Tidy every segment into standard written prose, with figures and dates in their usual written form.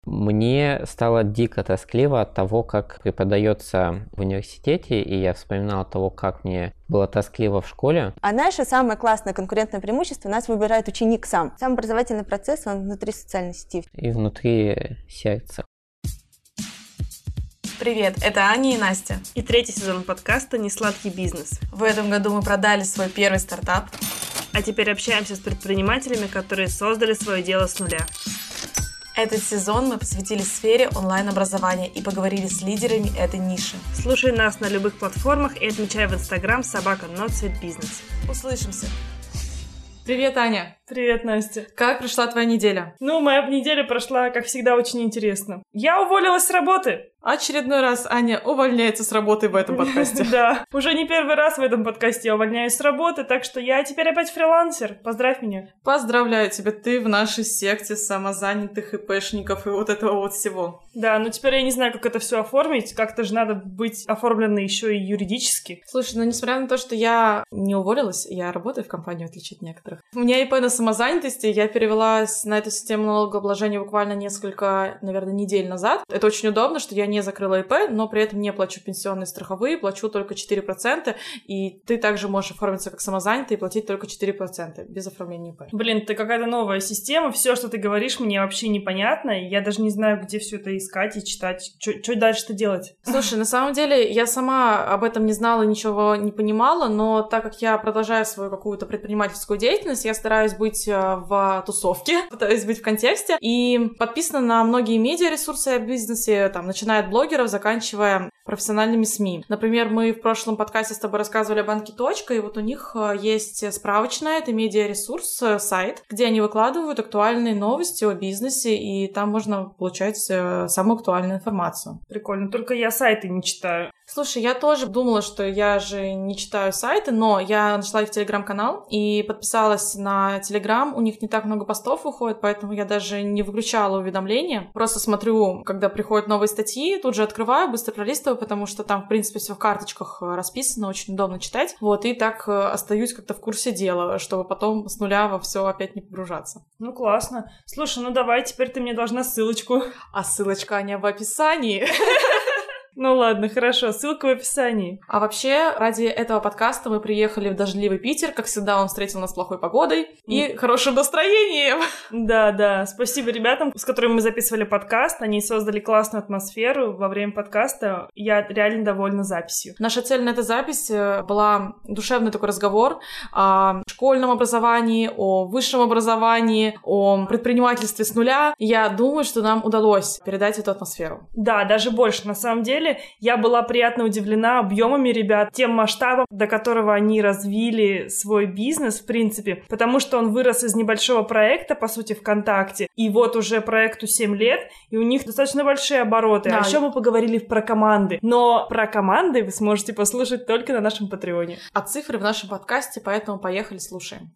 Мне стало дико тоскливо от того, как преподается в университете, и я вспоминал того, как мне было тоскливо в школе. А наше самое классное конкурентное преимущество — нас выбирает ученик сам. Сам образовательный процесс, он внутри социальной сети. И внутри сердца. Привет, это Аня и Настя. И 3-й сезон подкаста «Несладкий бизнес». В этом году мы продали свой первый стартап. А теперь общаемся с предпринимателями, которые создали свое дело с нуля. Этот сезон мы посвятили сфере онлайн-образования и поговорили с лидерами этой ниши. Слушай нас на любых платформах и отмечай в Instagram @NotSweetBusiness. Услышимся. Привет, Аня. Привет, Настя. Как прошла твоя неделя? Моя неделя прошла, как всегда, очень интересно. Я уволилась с работы. Очередной раз Аня увольняется с работы в этом подкасте. Да, уже не первый раз в этом подкасте я увольняюсь с работы, так что я теперь опять фрилансер. Поздравь меня. Поздравляю тебя, ты в нашей секте самозанятых ИПшников и вот этого вот всего. Да, теперь я не знаю, как это все оформить. Как-то же надо быть оформленной еще и юридически. Слушай, несмотря на то, что я не уволилась, я работаю в компании, в отличие от некоторых. У меня ИП на самозанятости, я перевелась на эту систему налогообложения буквально несколько, наверное, недель назад. Это очень удобно, что я не закрыла ИП, но при этом не плачу пенсионные страховые, плачу только 4%, и ты также можешь оформиться как самозанятый и платить только 4% без оформления ИП. Блин, это какая-то новая система, все, что ты говоришь, мне вообще непонятно, и я даже не знаю, где все это искать и читать. Что дальше-то делать? Слушай, на самом деле, я сама об этом не знала, ничего не понимала, но так как я продолжаю свою какую-то предпринимательскую деятельность, я стараюсь быть в тусовке, пытаюсь быть в контексте, и подписана на многие медиаресурсы о бизнесе, начиная от блогеров, заканчивая профессиональными СМИ. Например, мы в прошлом подкасте с тобой рассказывали о банке «Точка», и вот у них есть справочная, это медиаресурс, сайт, где они выкладывают актуальные новости о бизнесе, и там можно получать самую актуальную информацию. Прикольно, только я сайты не читаю. Слушай, я тоже думала, что я же не читаю сайты, но я нашла их телеграм-канал и подписалась на телеграм. У них не так много постов выходит, поэтому я даже не выключала уведомления. Просто смотрю, когда приходят новые статьи, тут же открываю, быстро пролистываю, потому что там, в принципе, все в карточках расписано, очень удобно читать. И так остаюсь как-то в курсе дела, чтобы потом с нуля во все опять не погружаться. Классно. Слушай, давай, теперь ты мне должна ссылочку. А ссылочка, Аня, в описании. Ладно, хорошо, ссылка в описании. А вообще, ради этого подкаста мы приехали в дождливый Питер. Как всегда, он встретил нас плохой погодой и хорошим настроением. Да, спасибо ребятам, с которыми мы записывали подкаст. Они создали классную атмосферу во время подкаста. Я реально довольна записью. Наша цель на этой записи была душевный такой разговор о школьном образовании, о высшем образовании, о предпринимательстве с нуля. Я думаю, что нам удалось передать эту атмосферу. Да, даже больше. На самом деле, я была приятно удивлена объемами ребят, тем масштабом, до которого они развили свой бизнес, в принципе, потому что он вырос из небольшого проекта, по сути, ВКонтакте, и вот уже проекту 7 лет, и у них достаточно большие обороты. Да. А еще мы поговорили про команды, но про команды вы сможете послушать только на нашем Патреоне. А цифры в нашем подкасте, поэтому поехали, слушаем.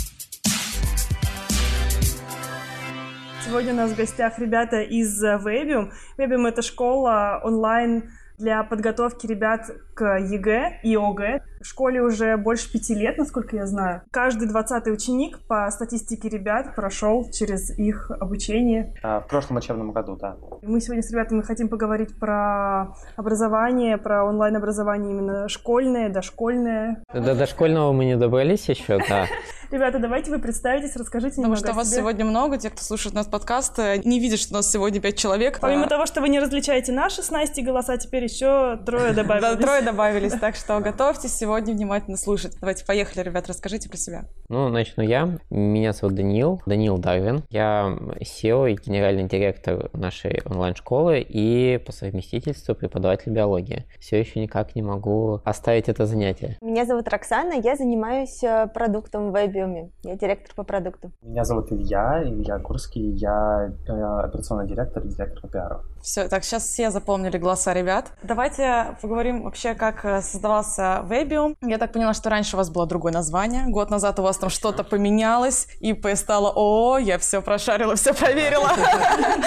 Сегодня у нас в гостях ребята из Webium. Webium — это школа онлайн для подготовки ребят к ЕГЭ и ОГЭ. В школе уже больше 5 лет, насколько я знаю. Каждый 20-й ученик, по статистике ребят, прошел через их обучение. В прошлом учебном году, да. Мы сегодня с ребятами хотим поговорить про образование, про онлайн-образование именно школьное, дошкольное. До дошкольного мы не добрались еще, да. Ребята, давайте вы представитесь, расскажите немного о себе. Потому что вас сегодня много, те, кто слушает наш подкаст, не видят, что у нас сегодня 5 человек. Помимо того, что вы не различаете наши с Настей голоса, теперь еще 3 добавились. Да, 3 добавились, так что готовьтесь сегодня внимательно слушать. Давайте, поехали, ребят, расскажите про себя. Начну я. Меня зовут Даниил Дарвин. Я SEO и генеральный директор нашей онлайн-школы и по совместительству преподаватель биологии. Все еще никак не могу оставить это занятие. Меня зовут Роксана, я занимаюсь продуктом в Webium. Я директор по продукту. Меня зовут Илья Гурский, я операционный директор по пиару. Все, так, сейчас все запомнили голоса ребят. Давайте поговорим вообще, как создавался Webium. Я так поняла, что раньше у вас было другое название. Год назад у вас там что-то поменялось, ИП стало ООО, я все прошарила, все проверила.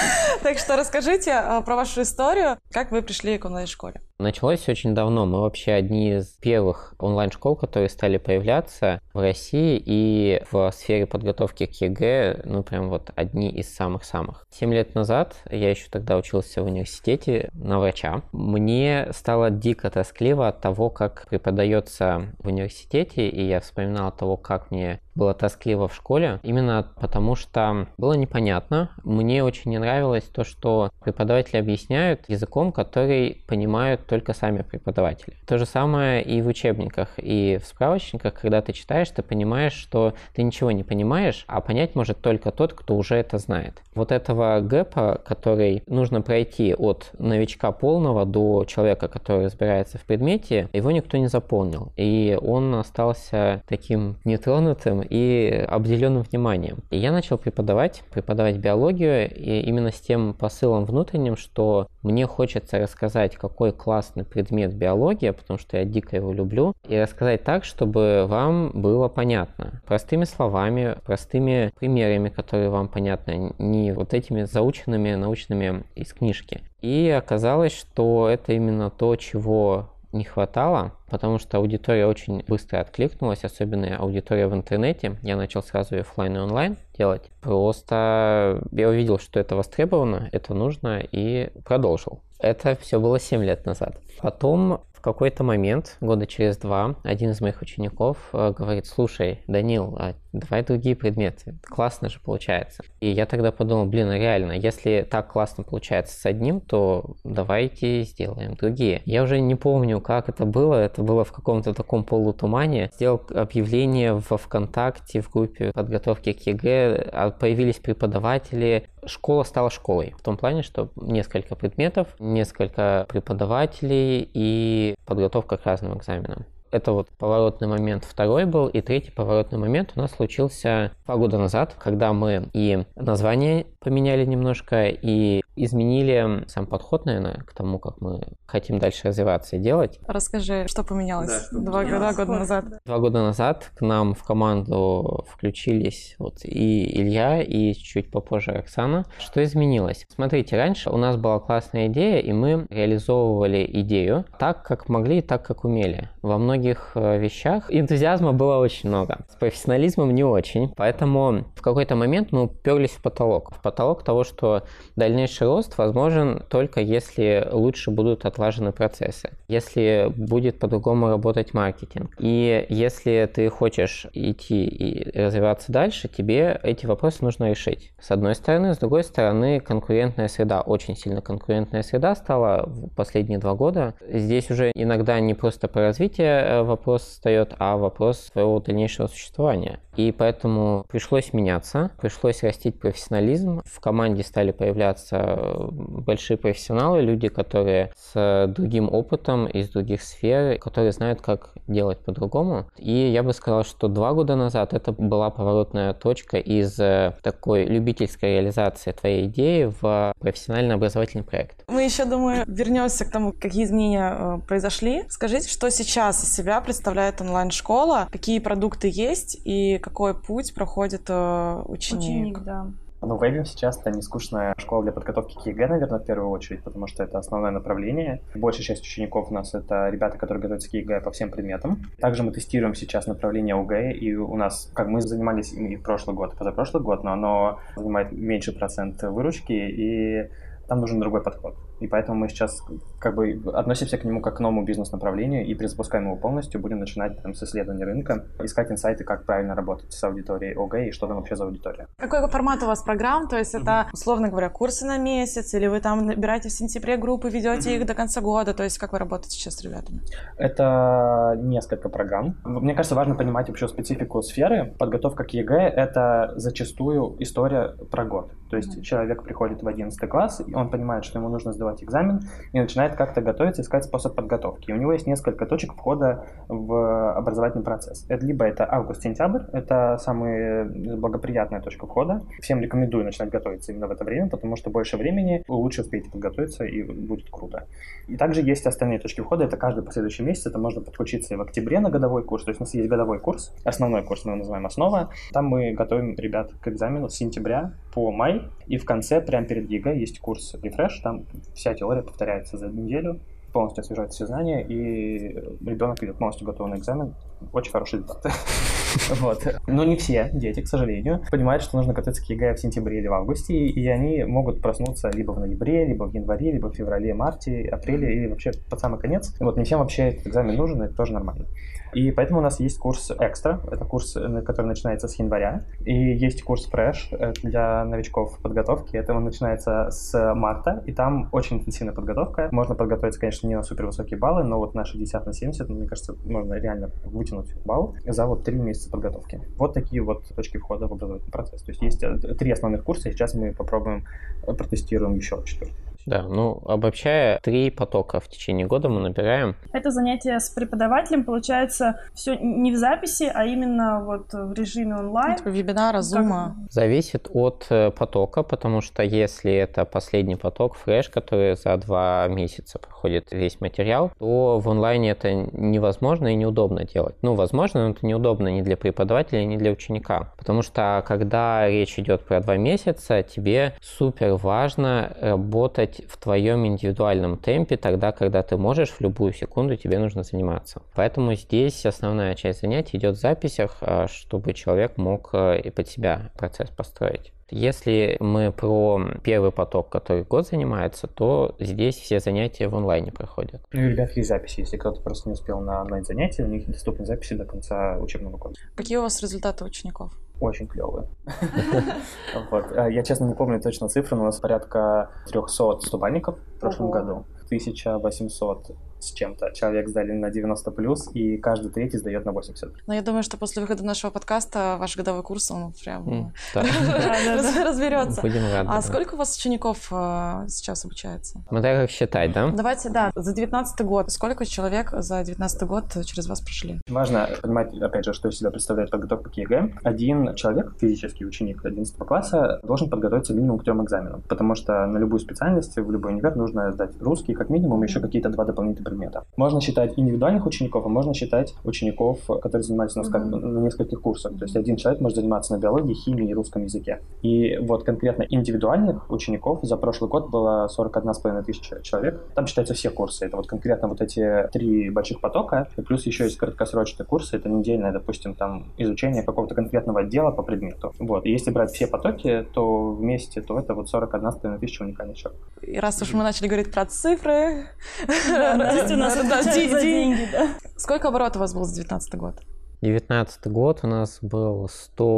Так что расскажите про вашу историю, как вы пришли к онлайн-школе. Началось очень давно. Мы вообще одни из первых онлайн-школ, которые стали появляться в России и в сфере подготовки к ЕГЭ, ну прям вот одни из самых-самых. 7 лет назад, я еще тогда учился в университете на врача, мне стало дико тоскливо от того, как преподается в университете, и я вспоминал того, как мне было тоскливо в школе, именно потому что было непонятно. Мне очень не нравилось то, что преподаватели объясняют языком, который понимают только сами преподаватели. То же самое и в учебниках, и в справочниках, когда ты читаешь, ты понимаешь, что ты ничего не понимаешь, а понять может только тот, кто уже это знает. Вот этого гэпа, который нужно пройти от новичка полного до человека, который разбирается в предмете, его никто не заполнил. И он остался таким нетронутым и обделенным вниманием. И я начал преподавать биологию, и именно с тем посылом внутренним, что мне хочется рассказать, какой классный предмет биология, потому что я дико его люблю, и рассказать так, чтобы вам было понятно. Простыми словами, простыми примерами, которые вам понятны, не вот этими заученными научными из книжки. И оказалось, что это именно то, чего не хватало, потому что аудитория очень быстро откликнулась, особенно аудитория в интернете. Я начал сразу и офлайн и онлайн делать. Просто я увидел, что это востребовано, это нужно, и продолжил. Это все было 7 лет назад. Потом в какой-то момент, года через 2, один из моих учеников говорит: слушай, Данил, давай другие предметы, классно же получается. И я тогда подумал, реально, если так классно получается с одним, то давайте сделаем другие. Я уже не помню, как это было в каком-то таком полутумане. Сделал объявление во ВКонтакте в группе подготовки к ЕГЭ, появились преподаватели, школа стала школой. В том плане, что несколько предметов, несколько преподавателей и подготовка к разным экзаменам. Это вот поворотный момент второй был, и третий поворотный момент у нас случился 2 года назад, когда мы и название поменяли немножко, и изменили сам подход, наверное, к тому, как мы хотим дальше развиваться и делать. Расскажи, что поменялось 2 года назад? 2 года назад к нам в команду включились вот и Илья, и чуть попозже Оксана. Что изменилось? Смотрите, раньше у нас была классная идея, и мы реализовывали идею так, как могли и так, как умели. Во многих вещах энтузиазма было очень много, с профессионализмом не очень, поэтому в какой-то момент мы уперлись в потолок того, что дальнейший рост возможен только если лучше будут отлажены процессы, если будет по-другому работать маркетинг. И если ты хочешь идти и развиваться дальше, тебе эти вопросы нужно решить. С одной стороны. С другой стороны, конкурентная среда, очень сильно конкурентная среда стала в последние 2 года. Здесь уже иногда не просто по развитию вопрос встает, а вопрос своего дальнейшего существования. И поэтому пришлось меняться, пришлось растить профессионализм. В команде стали появляться большие профессионалы, люди, которые с другим опытом из других сфер, которые знают, как делать по-другому. И я бы сказал, что 2 года назад это была поворотная точка из такой любительской реализации твоей идеи в профессионально-образовательный проект. Мы еще, думаю, вернемся к тому, какие изменения произошли. Скажите, что сейчас из себя представляет онлайн-школа, какие продукты есть и какой путь проходит ученик. Да. Ну, Webim сейчас это не скучная школа для подготовки к ЕГЭ, наверное, в первую очередь, потому что это основное направление. Большая часть учеников у нас это ребята, которые готовятся к ЕГЭ по всем предметам. Также мы тестируем сейчас направление ОГЭ, и у нас, как мы занимались и прошлый год, и позапрошлый год, но оно занимает меньше процент выручки, и там нужен другой подход. И поэтому мы сейчас относимся к нему как к новому бизнес-направлению, и при запускаем его полностью будем начинать с исследования рынка, искать инсайты, как правильно работать с аудиторией ОГЭ и что там вообще за аудитория. Какой формат у вас программ? То есть это, условно говоря, курсы на месяц, или вы там набираете в сентябре группы, ведете их до конца года? То есть как вы работаете сейчас с ребятами? Это несколько программ. Мне кажется, важно понимать вообще специфику сферы. Подготовка к ЕГЭ — это зачастую история про год. То есть человек приходит в 11 класс, и он понимает, что ему нужно сдавать сдавать экзамен и начинает как-то готовиться, искать способ подготовки. И у него есть несколько точек входа в образовательный процесс. Либо это август-сентябрь, это самая благоприятная точка входа. Всем рекомендую начинать готовиться именно в это время, потому что больше времени, лучше успеете подготовиться и будет круто. И также есть остальные точки входа, это каждый последующий месяц, это можно подключиться и в октябре на годовой курс, то есть у нас есть годовой курс, основной курс мы его называем «Основа», там мы готовим ребят к экзамену с сентября по май, и в конце, прямо перед ЕГЭ, есть курс «Рефреш», там вся теория повторяется за неделю, полностью освежаются все знания, и ребенок идет полностью готов на экзамен. Очень хороший результат. Вот. Но не все дети, к сожалению, понимают, что нужно готовиться к ЕГЭ в сентябре или в августе, и они могут проснуться либо в ноябре, либо в январе, либо в феврале, марте, апреле, или вообще под самый конец. Вот не всем вообще этот экзамен нужен, это тоже нормально. И поэтому у нас есть курс «Экстра», это курс, который начинается с января, и есть курс «Фреш» для новичков подготовки, это он начинается с марта, и там очень интенсивная подготовка. Можно подготовиться, конечно, не на супервысокие баллы, но вот на 60 на 70, мне кажется, можно реально вытянуть балл за вот 3 месяца подготовки. Вот такие вот точки входа в образовательный процесс. То есть есть 3 основных курса, и сейчас мы попробуем, протестируем еще 4. Да, ну, обобщая, 3 потока в течение года мы набираем. Это занятие с преподавателем, получается, все не в записи, а именно вот в режиме онлайн. Вебинара, зума. Зависит от потока, потому что если это последний поток, фреш, который за 2 месяца проходит весь материал, то в онлайне это невозможно и неудобно делать. Ну, возможно, но это неудобно ни для преподавателя, ни для ученика. Потому что, когда речь идет про 2 месяца, тебе супер важно работать в твоем индивидуальном темпе, тогда, когда ты можешь, в любую секунду тебе нужно заниматься. Поэтому здесь основная часть занятий идет в записях, чтобы человек мог и под себя процесс построить. Если мы про первый поток, который год занимается, то здесь все занятия в онлайне проходят. Ну и у ребят есть записи, если кто-то просто не успел на онлайн-занятия, у них доступны записи до конца учебного года. Какие у вас результаты учеников? Очень клевые. Я, честно, не помню точно цифры, но у нас порядка 300 ступальников в прошлом году. 1800 с чем-то человек сдали на 90+, и каждый третий сдает на 80. Но я думаю, что после выхода нашего подкаста ваш годовой курс, он прям разберется. Будем рады. А сколько у вас учеников сейчас обучается? Смотря как считать, да? Давайте, да, за 19 год. Сколько человек за 19 год через вас прошли? Важно понимать, опять же, что из себя представляет подготовка к ЕГЭ. Один человек, физический ученик 11 класса, должен подготовиться минимум к 3 экзаменам, потому что на любую специальность, в любой универ нужно сдать русский, как минимум, еще какие-то 2 дополнительных предмета. Можно считать индивидуальных учеников, а можно считать учеников, которые занимаются на нескольких курсах. То есть один человек может заниматься на биологии, химии и русском языке. И вот конкретно индивидуальных учеников за прошлый год было 41 500 человек. Там считаются все курсы. Это вот конкретно вот эти 3 больших потока, и плюс еще есть краткосрочные курсы, это недельное, допустим, там изучение какого-то конкретного отдела по предмету. Вот. И если брать все потоки, то вместе, то это вот 41 500 уникальных человек. И раз уж мы начали говорить про цифры... Настя у нас отвечает за деньги, да. Сколько оборотов у вас было за 2019 год? 2019 год у нас был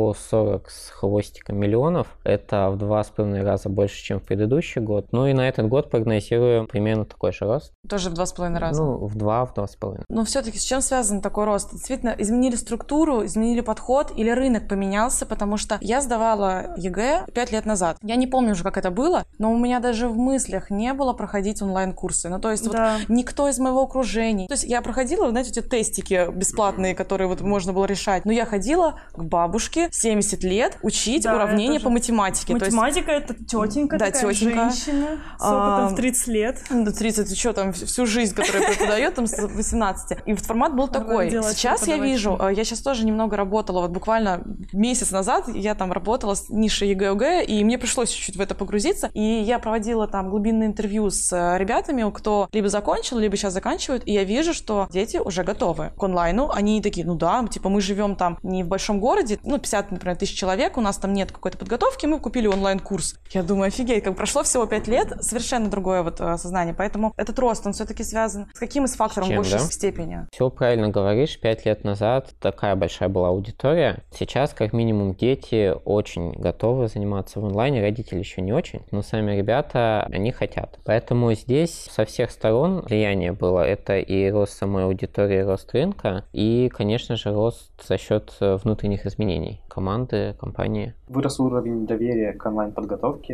140 с хвостиком миллионов. Это в 2,5 раза больше, чем в предыдущий год. Ну и на этот год прогнозируем примерно такой же рост. Тоже в 2,5 раза? Ну, в 2,5. Но все-таки с чем связан такой рост? Действительно, изменили структуру, изменили подход или рынок поменялся? Потому что я сдавала ЕГЭ 5 лет назад. Я не помню уже, как это было, но у меня даже в мыслях не было проходить онлайн-курсы. Ну, то есть да. Вот никто из моего окружения. То есть я проходила, знаете, эти тестики бесплатные, которые вот можно было решать. Но я ходила к бабушке 70 лет учить уравнения по математике. Математика — это тетенька, да, такая женщина с опытом в 30 лет. Да, 30, что там, всю жизнь, которую преподает, там, с 18. И формат был такой. Сейчас я вижу, я сейчас тоже немного работала, вот буквально месяц назад я там работала с нишей ЕГЭ, и мне пришлось чуть-чуть в это погрузиться. И я проводила там глубинное интервью с ребятами, кто либо закончил, либо сейчас заканчивают, и я вижу, что дети уже готовы к онлайну. Они такие, ну да, типа мы живем там не в большом городе, 50, например, тысяч человек, у нас там нет какой-то подготовки, мы купили онлайн-курс. Я думаю, офигеть, как прошло всего 5 лет, совершенно другое вот сознание. Поэтому этот рост, он все-таки связан с каким из факторов в большей степени? Все правильно говоришь, 5 лет назад такая большая была аудитория. Сейчас, как минимум, дети очень готовы заниматься в онлайне, родители еще не очень, но сами ребята, они хотят. Поэтому здесь со всех сторон влияние было. Это и рост самой аудитории, рост рынка, и, конечно же, рост за счет внутренних изменений команды, компании. Вырос уровень доверия к онлайн-подготовке.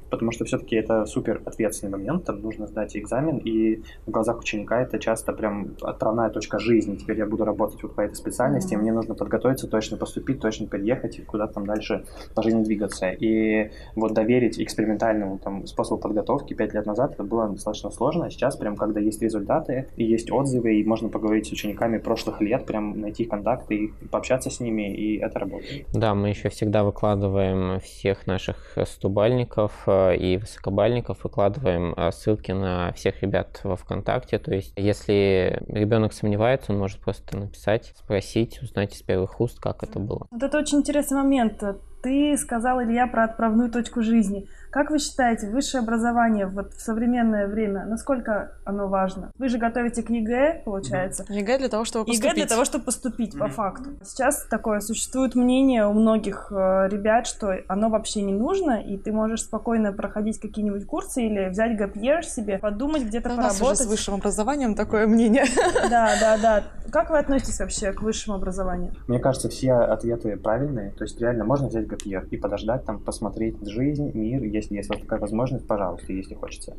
потому что все-таки это супер ответственный момент, там нужно сдать экзамен, и в глазах ученика это часто прям отправная точка жизни. Теперь я буду работать вот по этой специальности, мне нужно подготовиться, точно поступить, точно переехать и куда-то там дальше по жизни двигаться. И вот доверить экспериментальному там способу подготовки 5 лет назад это было достаточно сложно. Сейчас прям, когда есть результаты, и есть отзывы, и можно поговорить с учениками прошлых лет, прям найти контакты, и пообщаться с ними, и это работает. Да, мы еще всегда выкладываем всех наших стубальников и высокобальников, выкладываем ссылки на всех ребят во ВКонтакте. То есть, если ребенок сомневается, он может просто написать, спросить, узнать из первых уст, как это было. Вот это очень интересный момент. Ты сказал, Илья, про отправную точку жизни. Как вы считаете, высшее образование вот в современное время, насколько оно важно? Вы же готовите к ЕГЭ, получается. ЕГЭ для того, чтобы поступить. ЕГЭ для того, чтобы поступить, по факту. Сейчас такое существует мнение у многих ребят, что оно вообще не нужно, и ты можешь спокойно проходить какие-нибудь курсы или взять gap year себе, подумать, где-то поработать. У нас уже с высшим образованием такое мнение. Да. Как вы относитесь вообще к высшему образованию? Мне кажется, все ответы правильные. То есть реально можно взять gap year и подождать, там, посмотреть жизнь, мир. Если есть вот такая возможность, пожалуйста, если хочется.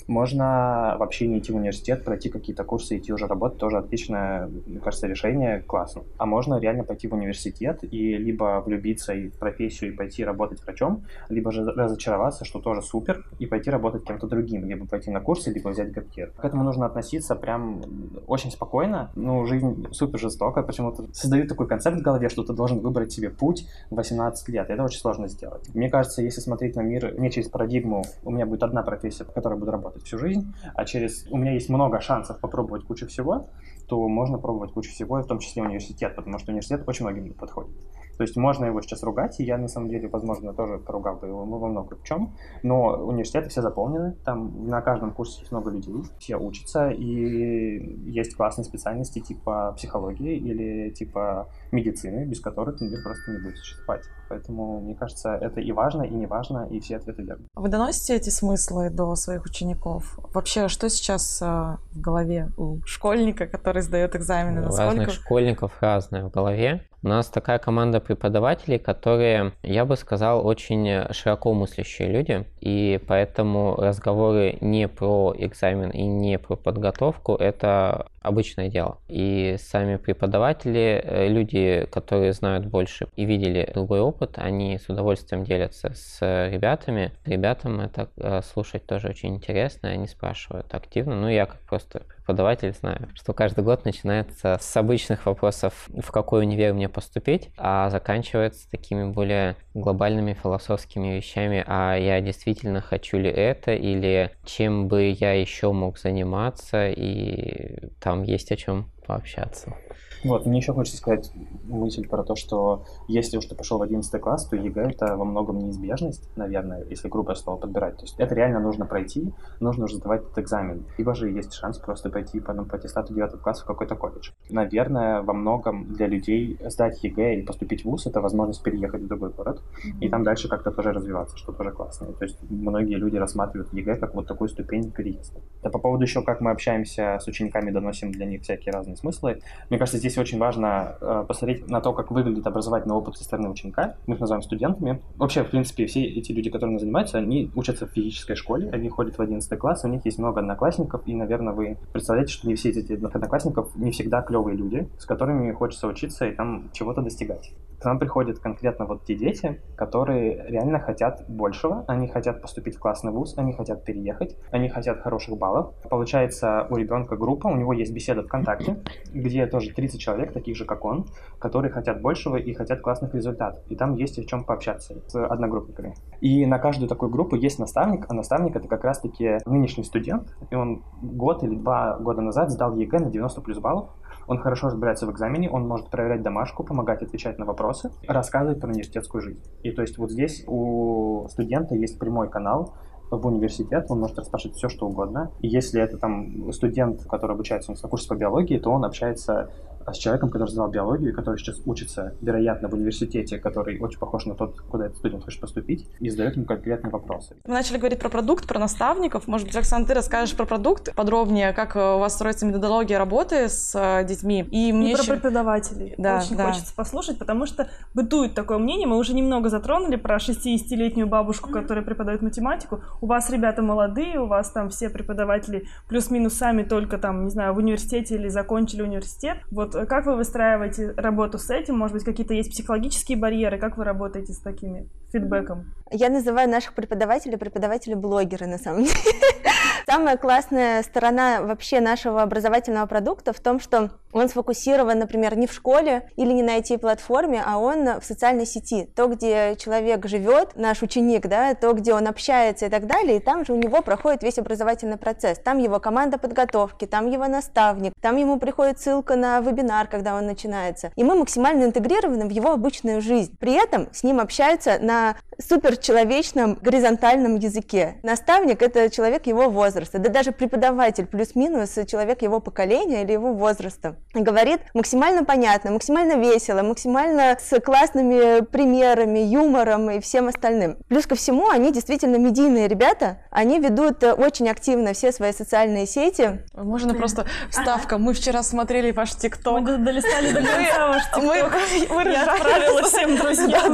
Можно вообще не идти в университет, пройти какие-то курсы, идти уже работать. Тоже отличное, мне кажется, решение. Классно. А можно реально пойти в университет и либо влюбиться и в профессию и пойти работать врачом, либо же разочароваться, что тоже супер, и пойти работать кем-то другим. Либо пойти на курсы, либо взять gap year. К этому нужно относиться прям очень спокойно. Ну, жизнь супер жестокая. Почему-то создают такой концепт в голове, что ты должен выбрать себе путь в 18 лет. Это очень сложно сделать. Мне кажется, если смотреть на мир не через парадигму, у меня будет одна профессия, по которой я буду работать всю жизнь, а у меня есть много шансов попробовать кучу всего, то можно пробовать кучу всего, и в том числе университет, потому что университет очень многим подходит. То есть можно его сейчас ругать, и я, на самом деле, возможно, тоже поругал бы его во много в чем, но университеты все заполнены, там на каждом курсе есть много людей, все учатся, и есть классные специальности типа психологии или типа медицины, без которых мир просто не будет существовать. Поэтому, мне кажется, это и важно, и не важно, и все ответы верны. Вы доносите эти смыслы до своих учеников? Вообще, что сейчас в голове у школьника, который сдает экзамены? У разных школьников разное в голове. У нас такая команда преподавателей, которые, я бы сказал, очень широко мыслящие люди, и поэтому разговоры не про экзамен и не про подготовку – это обычное дело. И сами преподаватели, люди, которые знают больше и видели другой опыт, они с удовольствием делятся с ребятами. Ребятам это слушать тоже очень интересно, они спрашивают активно. Ну, я как просто преподаватель знаю, что каждый год начинается с обычных вопросов, в какой универ мне поступить, а заканчивается такими более глобальными философскими вещами, а я действительно хочу ли это, или чем бы я еще мог заниматься, и там есть о чем пообщаться. Вот, мне еще хочется сказать мысль про то, что если уж ты пошел в 11 класс, то ЕГЭ это во многом неизбежность, наверное, если грубое слово подбирать. То есть это реально нужно пройти, нужно уже сдавать этот экзамен. Либо же есть шанс просто пойти по аттестату 9 класса в какой-то колледж. Наверное, во многом для людей сдать ЕГЭ и поступить в ВУЗ — это возможность переехать в другой город и там дальше как-то тоже развиваться, что тоже классно. То есть многие люди рассматривают ЕГЭ как вот такую ступень переезда. Да, по поводу еще, как мы общаемся с учениками, доносим для них всякие разные смыслы. Мне кажется, здесь очень важно посмотреть на то, как выглядит образовательный опыт со стороны ученика. Мы их называем студентами. Вообще, в принципе, все эти люди, которые у нас занимаются, они учатся в физической школе, они ходят в 11 класс, у них есть много одноклассников, и, наверное, вы представляете, что не все эти одноклассников не всегда клевые люди, с которыми хочется учиться и там чего-то достигать. К нам приходят конкретно вот те дети, которые реально хотят большего, они хотят поступить в классный вуз, они хотят переехать, они хотят хороших баллов. Получается, у ребенка группа, у него есть беседа ВКонтакте, где тоже 30 человек, таких же, как он, которые хотят большего и хотят классных результатов. И там есть о чем пообщаться с одногруппниками. И на каждую такую группу есть наставник, а наставник — это как раз-таки нынешний студент, и он год или 2 года назад сдал ЕГЭ на 90 плюс баллов. Он хорошо разбирается в экзамене, он может проверять домашку, помогать отвечать на вопросы, рассказывать про университетскую жизнь. И то есть вот здесь у студента есть прямой канал в университет, он может расспрашивать все, что угодно. И если это там студент, который обучается на курсе по биологии, то он общается с человеком, который сдавал биологию, который сейчас учится, вероятно, в университете, который очень похож на тот, куда этот студент хочет поступить, и задает ему конкретные вопросы. Мы начали говорить про продукт, про наставников. Может быть, Оксана, ты расскажешь про продукт подробнее, как у вас строится методология работы с детьми. И про преподавателей. Очень хочется послушать, потому что бытует такое мнение. Мы уже немного затронули про 60-летнюю бабушку, которая преподает математику. У вас ребята молодые, у вас там все преподаватели плюс-минус сами только там, не знаю, в университете или закончили университет. Вот как вы выстраиваете работу с этим? Может быть, какие-то есть психологические барьеры? Как вы работаете с такими фидбэком? Я называю наших преподаватели-блогеры, на самом деле. Самая классная сторона вообще нашего образовательного продукта в том, что он сфокусирован, например, не в школе или не на IT-платформе, а он в социальной сети. То, где человек живет, наш ученик, да, то, где он общается и так далее, и там же у него проходит весь образовательный процесс. Там его команда подготовки, там его наставник, там ему приходит ссылка на вебинар, когда он начинается. И мы максимально интегрированы в его обычную жизнь. При этом с ним общаются на суперчеловечном горизонтальном языке. Наставник — это человек его возраста, да даже преподаватель плюс-минус человек его поколения или его возраста. Говорит максимально понятно, максимально весело, максимально с классными примерами, юмором и всем остальным. Плюс ко всему, они действительно медийные ребята, они ведут очень активно все свои социальные сети. Можно просто вставка. Мы вчера смотрели ваш ТикТок. Мы долистали до конца ваш ТикТок. Я отправила всем друзьям.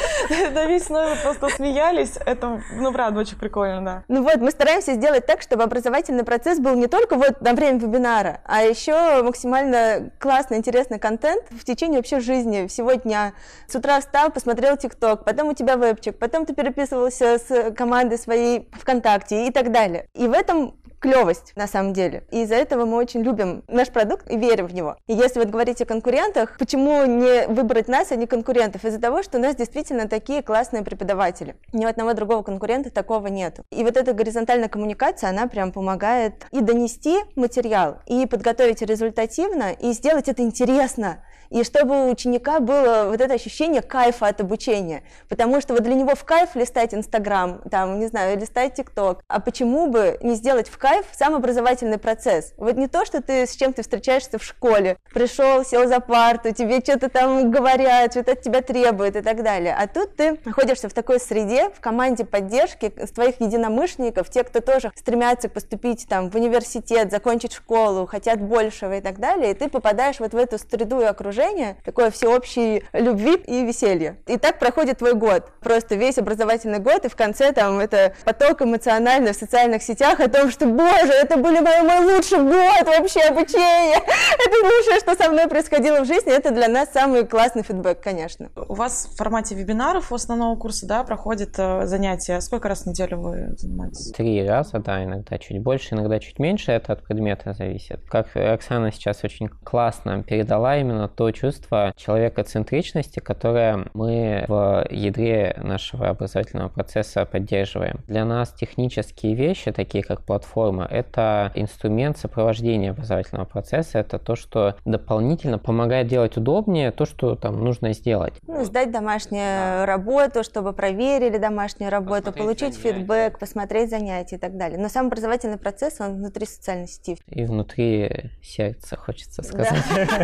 Да, весной мы просто смеялись. Это, правда, очень прикольно, да. Ну вот, мы стараемся сделать так, чтобы образовательный процесс был не только вот на время вебинара, а еще максимально классный, интересный контент в течение вообще жизни, всего дня. С утра встал, посмотрел ТикТок, потом у тебя вебчик, потом ты переписывался с командой своей ВКонтакте и так далее. И в этом клевость, на самом деле. И из-за этого мы очень любим наш продукт и верим в него. И если вот говорить о конкурентах, почему не выбрать нас, а не конкурентов? Из-за того, что у нас действительно такие классные преподаватели. Ни у одного другого конкурента такого нету. И вот эта горизонтальная коммуникация, она прям помогает и донести материал, и подготовить результативно, и сделать это интересно. И чтобы у ученика было вот это ощущение кайфа от обучения. Потому что вот для него в кайф листать Инстаграм, там, не знаю, листать ТикТок. А почему бы не сделать в кайф сам образовательный процесс? Вот не то, что ты с чем ты встречаешься в школе. Пришел, сел за парту, тебе что-то там говорят, что-то от тебя требуют и так далее. А тут ты находишься в такой среде, в команде поддержки с твоих единомышленников, те, кто тоже стремятся поступить там в университет, закончить школу, хотят большего и так далее. И ты попадаешь вот в эту среду и окружение, такое всеобщей любви и веселья. И так проходит твой год. Просто весь образовательный год, и в конце там это поток эмоциональный в социальных сетях о том, что, боже, это был мой лучший год вообще обучения. Это лучшее, что со мной происходило в жизни. Это для нас самый классный фидбэк, конечно. У вас в формате вебинаров у основного курса, да, проходит занятия. Сколько раз в неделю вы занимаетесь? 3 раза, да, иногда чуть больше, иногда чуть меньше. Это от предмета зависит. Как Оксана сейчас очень классно передала именно то чувство человекоцентричности, которое мы в ядре нашего образовательного процесса поддерживаем. Для нас технические вещи, такие как платформа, это инструмент сопровождения образовательного процесса, это то, что дополнительно помогает делать удобнее то, что там нужно сделать. Сдать домашнюю работу, чтобы проверили домашнюю работу, получить фидбэк, посмотреть занятия и так далее. Но сам образовательный процесс, он внутри социальной сети. И внутри сердца, хочется сказать.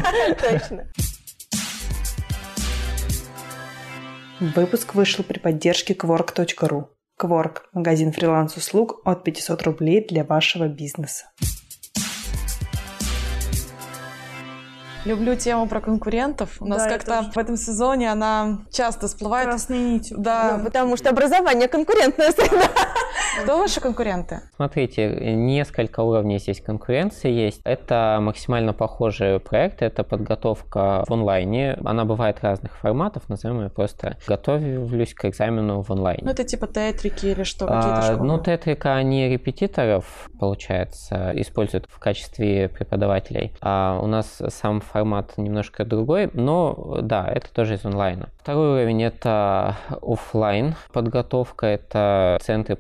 Точно. Выпуск вышел при поддержке Quark.ru. Quark – магазин фриланс-услуг от 500 рублей для вашего бизнеса. Люблю тему про конкурентов. У нас как-то в этом сезоне она часто всплывает. Красной нитью. Да. Потому что образование конкурентная среда. Кто ваши конкуренты? Смотрите, несколько уровней здесь конкуренции есть. Это максимально похожие проекты, это подготовка в онлайне. Она бывает разных форматов, назовем ее просто «Готовлюсь к экзамену в онлайне». Ну, это типа тетрики или что, какие-то школы? Ну, тетрика, они репетиторов, получается, используют в качестве преподавателей. А у нас сам формат немножко другой, но да, это тоже из онлайна. Второй уровень – это офлайн подготовка, это центры подготовки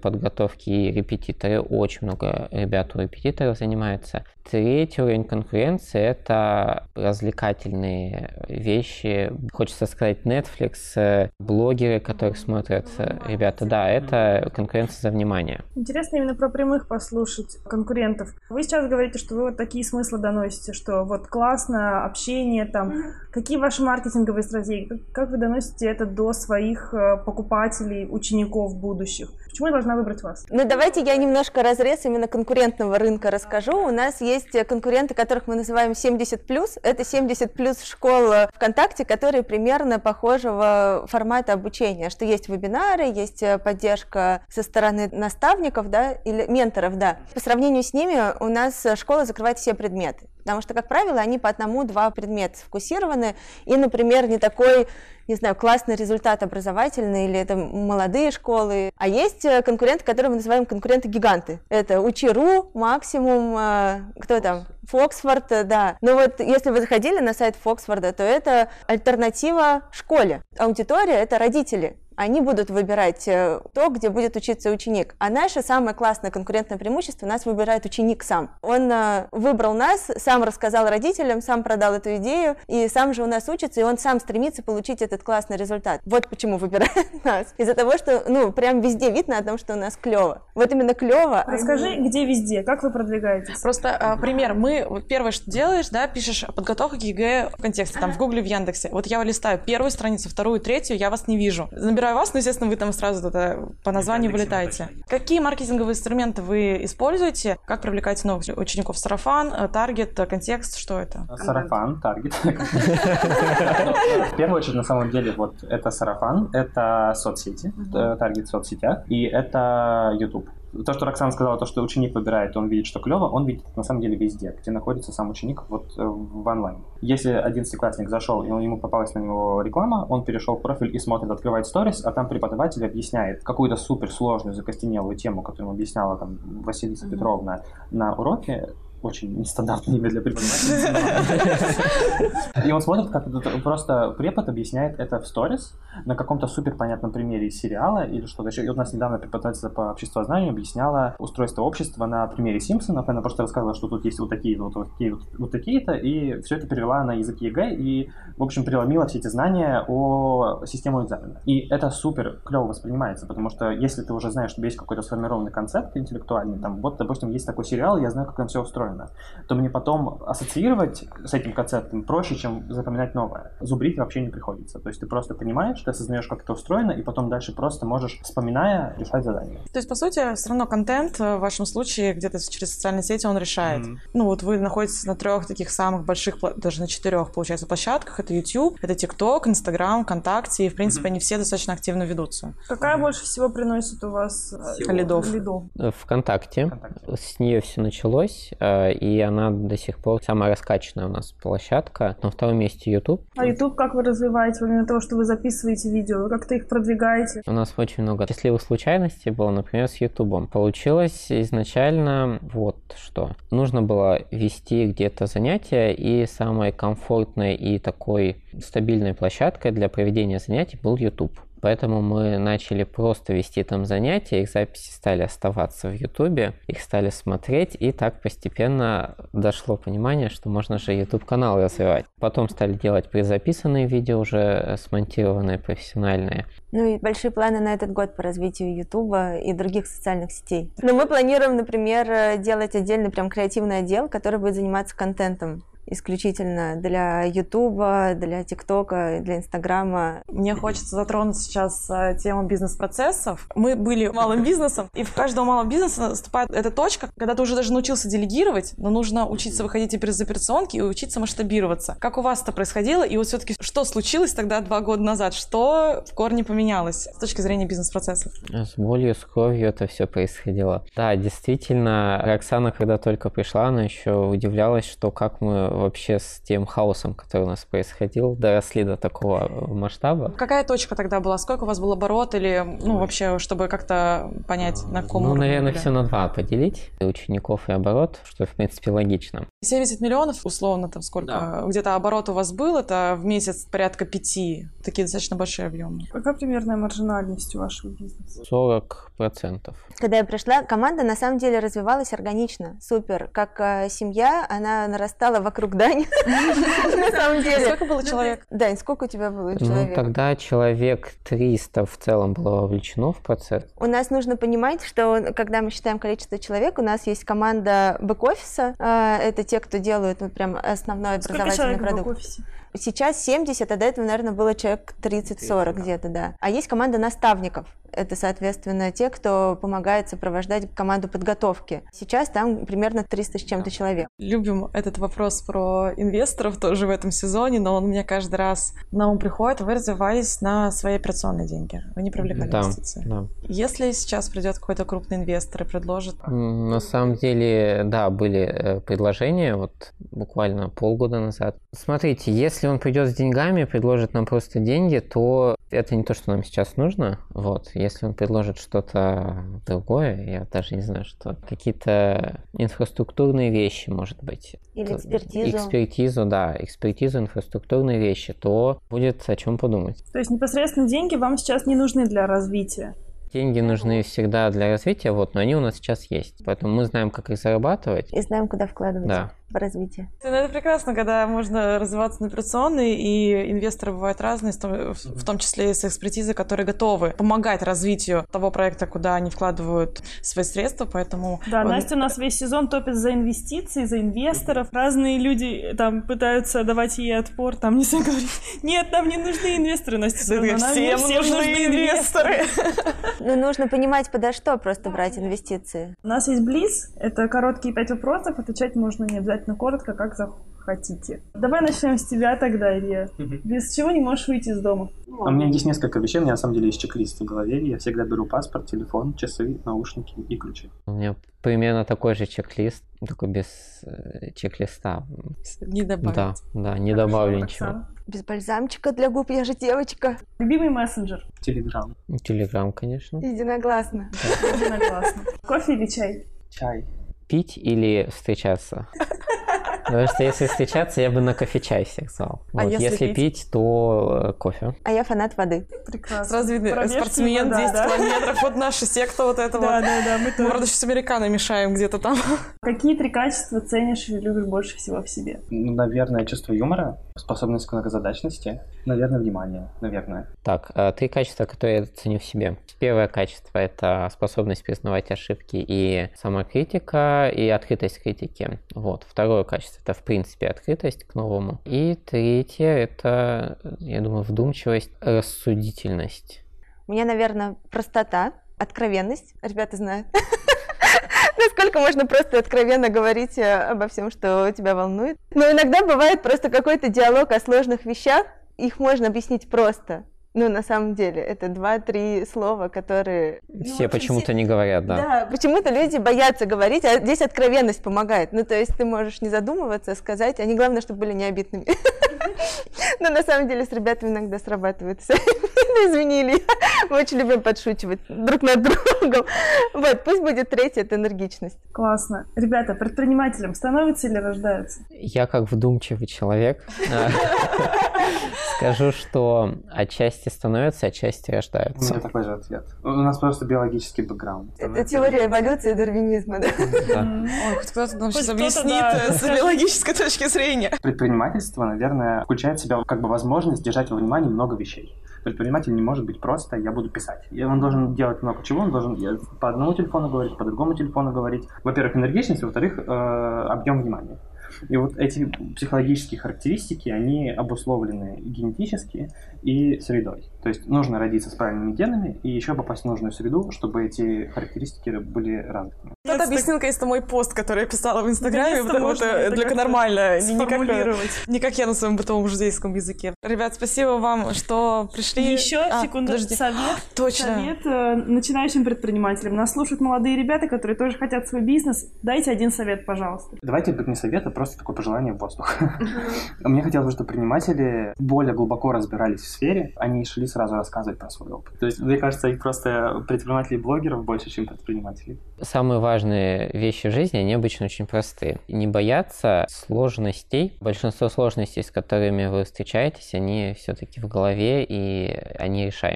подготовки и репетиторы. Очень много ребят у репетиторов занимается. Третий уровень конкуренции – это развлекательные вещи. Хочется сказать, Netflix, блогеры, которых смотрят ребята. Да, это конкуренция за внимание. Интересно именно про прямых послушать конкурентов. Вы сейчас говорите, что вы вот такие смыслы доносите, что вот классно, общение там. Какие ваши маркетинговые стратегии? Как вы доносите это до своих покупателей, учеников будущих? Почему я должна выбрать вас? Ну, давайте я немножко разрез именно конкурентного рынка расскажу. У нас есть конкуренты, которых мы называем 70+. Это 70+ школ ВКонтакте, которые примерно похожего формата обучения, что есть вебинары, есть поддержка со стороны наставников, да, или менторов, да. По сравнению с ними у нас школа закрывает все предметы, потому что, как правило, они по 1-2 предмета сфокусированы, и, например, не такой, не знаю, классный результат образовательный, или это молодые школы. А есть конкуренты, которые мы называем конкуренты-гиганты. Это Учи.ру, Максимум, кто там? Фоксфорд, да. Но вот если вы заходили на сайт Фоксфорда, то это альтернатива школе. Аудитория – это родители. Они будут выбирать то, где будет учиться ученик. А наше самое классное конкурентное преимущество – нас выбирает ученик сам. Он выбрал нас, сам рассказал родителям, сам продал эту идею, и сам же у нас учится, и он сам стремится получить этот классный результат. Вот почему выбирает нас. Из-за того, что, ну, прям везде видно о том, что у нас клево. Вот именно клево. Расскажи, где везде, как вы продвигаетесь? Просто пример. Вот первое, что делаешь, да, пишешь подготовка к ЕГЭ в контексте, там, в Гугле, в Яндексе. Вот я листаю первую страницу, вторую, третью, я вас не вижу. Набираю вас, но, естественно, вы там сразу по названию вылетаете. Какие маркетинговые инструменты вы используете? Как привлекаете новых учеников? Сарафан, таргет, контекст, что это? Сарафан, таргет. В первую очередь, на самом деле, вот это сарафан, это соцсети, таргет в соцсетях, и это YouTube. То, что Роксана сказала, то, что ученик выбирает, он видит, что клево, он видит на самом деле везде, где находится сам ученик вот в онлайн. Если 11-классник зашел, и ему попалась на него реклама, он перешел в профиль и смотрит, открывает сторис, а там преподаватель объясняет какую-то суперсложную, закостенелую тему, которую объясняла там Василиса Петровна на уроке. Очень нестандартное имя для преподавателя. И он смотрит, как просто препод объясняет это в сторис на каком-то супер понятном примере из сериала или что-то еще. И у нас недавно преподаватель по обществознанию объясняла устройство общества на примере Симпсонов. Она просто рассказывала, что тут есть вот такие-то, и все это перевела на язык ЕГЭ и, в общем, переломила все эти знания о системе экзамена. И это супер клево воспринимается, потому что если ты уже знаешь, что есть какой-то сформированный концепт интеллектуальный, там, вот, допустим, есть такой сериал, я знаю, как там все устроено, то мне потом ассоциировать с этим концептом проще, чем запоминать новое. Зубрить вообще не приходится. То есть ты просто понимаешь, ты осознаешь, как это устроено, и потом дальше просто можешь, вспоминая, решать задания. То есть, по сути, все равно контент в вашем случае где-то через социальные сети он решает. Ну вот вы находитесь на 3 таких самых больших, даже на 4, получается, площадках. Это YouTube, это TikTok, Instagram, ВКонтакте, и, в принципе, они все достаточно активно ведутся. Какая больше всего приносит у вас лидов? ВКонтакте. С нее все началось. И она до сих пор самая раскачанная у нас площадка. На 2-м месте YouTube. А YouTube как вы развиваете, помимо того, что вы записываете видео? Вы как-то их продвигаете? У нас очень много счастливых случайностей было, например, с YouTube. Получилось изначально вот что. Нужно было вести где-то занятия, и самой комфортной и такой стабильной площадкой для проведения занятий был YouTube. Поэтому мы начали просто вести там занятия, их записи стали оставаться в Ютубе, их стали смотреть, и так постепенно дошло понимание, что можно же YouTube-канал развивать. Потом стали делать презаписанные видео, уже смонтированные, профессиональные. Ну и большие планы на этот год по развитию Ютуба и других социальных сетей. Но мы планируем, например, делать отдельный прям креативный отдел, который будет заниматься контентом. Исключительно для Ютуба, для ТикТока, для Инстаграма. Мне хочется затронуть сейчас тему бизнес-процессов. Мы были малым бизнесом, и в каждого малого бизнеса наступает эта точка, когда ты уже даже научился делегировать, но нужно учиться выходить из операционки и учиться масштабироваться. Как у вас это происходило? И вот все-таки что случилось тогда 2 года назад? Что в корне поменялось с точки зрения бизнес-процессов? С болью, с кровью это все происходило. Да, действительно, Роксана, когда только пришла, она еще удивлялась, что как мы вообще с тем хаосом, который у нас происходил, доросли до такого масштаба. Какая точка тогда была? Сколько у вас был оборот? Или, вообще, чтобы как-то понять, на каком уровне? Наверное, все на 2 поделить. И учеников, и оборот, что, в принципе, логично. 70 миллионов, условно, там сколько? Да. Где-то оборот у вас был, это в месяц порядка 5. Такие достаточно большие объемы. Какая примерная маржинальность у вашего бизнеса? 40 Когда я пришла, команда на самом деле развивалась органично, супер. Как семья, она нарастала вокруг Дани. На самом деле. Сколько было человек? Дань, сколько у тебя было человек? Тогда человек 300 в целом было вовлечено в процесс. У нас нужно понимать, что когда мы считаем количество человек, у нас есть команда бэк-офиса. Это те, кто делают прям основной образовательный продукт. В бэк-офисе? Сейчас 70, а до этого, наверное, было человек 30-40 где-то, да. А есть команда наставников. Это, соответственно, те, кто помогает сопровождать команду подготовки. Сейчас там примерно 300 с чем-то человек. Любим этот вопрос про инвесторов тоже в этом сезоне, но он у меня каждый раз на ум приходит. Вы развивались на свои операционные деньги. Вы не привлекали инвестиции. Да. Если сейчас придет какой-то крупный инвестор и предложит... На самом деле, да, были предложения вот буквально полгода назад. Смотрите, если он придет с деньгами, предложит нам просто деньги, то это не то, что нам сейчас нужно. Вот. Если он предложит что-то другое, я даже не знаю, что. Какие-то инфраструктурные вещи, может быть. Или экспертизу. Экспертизу, инфраструктурные вещи, то будет о чем подумать. То есть непосредственно деньги вам сейчас не нужны для развития? Деньги нужны всегда для развития, но они у нас сейчас есть. Поэтому мы знаем, как их зарабатывать. И знаем, куда вкладывать в развитие. Это прекрасно, когда можно развиваться на операционной, и инвесторы бывают разные, в том числе и с экспертизой, которые готовы помогать развитию того проекта, куда они вкладывают свои средства, поэтому... Да, Настя у нас весь сезон топит за инвестиции, за инвесторов. Разные люди там пытаются давать ей отпор, не знаю, говорить, нет, нам не нужны инвесторы, Настя. Всем нужны инвесторы. Нужно понимать, подо что просто брать инвестиции. У нас есть Близ, это короткие 5 вопросов, отвечать можно не обязательно коротко, как захотите. Давай начнем с тебя тогда, Илья. Без чего не можешь выйти из дома? У меня есть несколько вещей, у меня на самом деле есть чек-лист в голове, я всегда беру паспорт, телефон, часы, наушники и ключи. У меня примерно такой же чек-лист, только без чек-листа. Не добавить. Да, не добавлю ничего. Без бальзамчика для губ, я же девочка. Любимый мессенджер? Телеграм. Телеграм, конечно. Единогласно. Единогласно. Кофе или чай? Чай. Пить или встречаться? Потому что если встречаться, я бы на кофе-чай всех звал. Если пить, то кофе. А я фанат воды. Прекрасно. Сразу видно, спортсмен, 10 километров, вот наша секта вот этого. Да, мы правда, еще с американо мешаем где-то там. Какие 3 качества ценишь и любишь больше всего в себе? Наверное, чувство юмора, способность к многозадачности, наверное, внимание, наверное. Так, 3 качества, которые я ценю в себе. Первое качество – это способность признавать ошибки и самокритика, и открытость к критике. Второе качество – это, в принципе, открытость к новому. И третье – это, я думаю, вдумчивость, рассудительность. У меня, наверное, простота, откровенность. Ребята знают. Насколько можно просто откровенно говорить обо всем, что тебя волнует. Но иногда бывает просто какой-то диалог о сложных вещах. Их можно объяснить просто. На самом деле, это 2-3 слова, которые... Все почему-то не говорят, да. Да, почему-то люди боятся говорить, а здесь откровенность помогает. То есть ты можешь не задумываться, сказать, они, главное, чтобы были необидными. Но на самом деле с ребятами иногда срабатывает. Извини, Илья, мы очень любим подшучивать друг над другом. Пусть будет третье, это энергичность. Классно. Ребята, предпринимателем становятся или рождаются? Я как вдумчивый человек скажу, что отчасти становятся, отчасти рождаются. У меня такой же ответ. У нас просто биологический бэкграунд. Это теория эволюции и дарвинизма, да? Ой, хоть кто-то нам сейчас объяснит с биологической точки зрения. Предпринимательство, наверное, включает в себя возможность держать во внимании много вещей. Предприниматель не может быть просто «я буду писать». И он должен делать много чего, он должен по одному телефону говорить, по другому телефону говорить. Во-первых, энергичность, во-вторых, объем внимания. И эти психологические характеристики, они обусловлены генетически и средой. То есть нужно родиться с правильными генами и еще попасть в нужную среду, чтобы эти характеристики были развитыми. Это объяснилка, это мой пост, который я писала в Инстаграме, потому что для нормально, не как я на своем бытовом житейском языке. Ребят, спасибо вам, что пришли. Еще секунду, совет. Точно. Совет начинающим предпринимателям. Нас слушают молодые ребята, которые тоже хотят свой бизнес. Дайте один совет, пожалуйста. Давайте не совет, а просто такое пожелание в воздух. Мне хотелось бы, чтобы предприниматели более глубоко разбирались в сфере, они шли сразу рассказывать про свой опыт. То есть, мне кажется, их просто предпринимателей и блогеров больше, чем предпринимателей. Самые важные вещи в жизни, они обычно очень простые. Не бояться сложностей. Большинство сложностей, с которыми вы встречаетесь, они все-таки в голове, и они решаемые.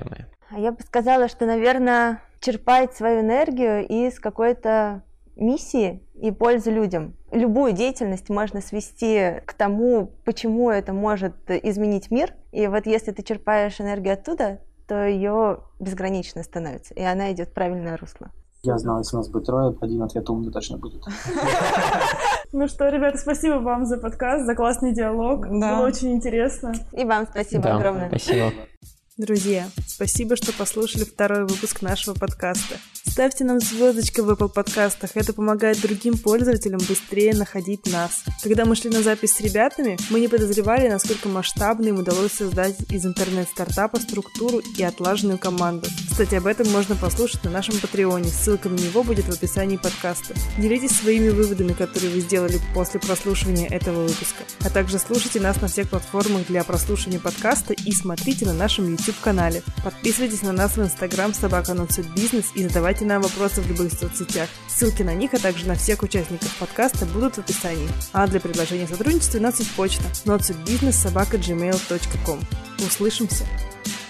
А я бы сказала, что, наверное, черпать свою энергию из какой-то миссии и пользы людям. Любую деятельность можно свести к тому, почему это может изменить мир. И вот если ты черпаешь энергию оттуда, то ее безгранично становится, и она идет в правильное русло. Я знал, если у нас будет трое, один ответ умный точно будет. Ну что, ребята, спасибо вам за подкаст, за классный диалог. Да. Было очень интересно. И вам спасибо Да, огромное. Спасибо. Друзья, спасибо, что послушали второй выпуск нашего подкаста. Ставьте нам звездочки в Apple подкастах, это помогает другим пользователям быстрее находить нас. Когда мы шли на запись с ребятами, мы не подозревали, насколько масштабно им удалось создать из интернет-стартапа структуру и отлаженную команду. Кстати, об этом можно послушать на нашем Патреоне, ссылка на него будет в описании подкаста. Делитесь своими выводами, которые вы сделали после прослушивания этого выпуска. А также слушайте нас на всех платформах для прослушивания подкаста и смотрите на нашем YouTube-канале. Подписывайтесь на нас в Instagram @notsuitbusiness и задавайте нам вопросы в любых соцсетях. Ссылки на них, а также на всех участников подкаста будут в описании. А для предложения сотрудничества у нас есть почта notsuitbusiness@gmail.com. Услышимся!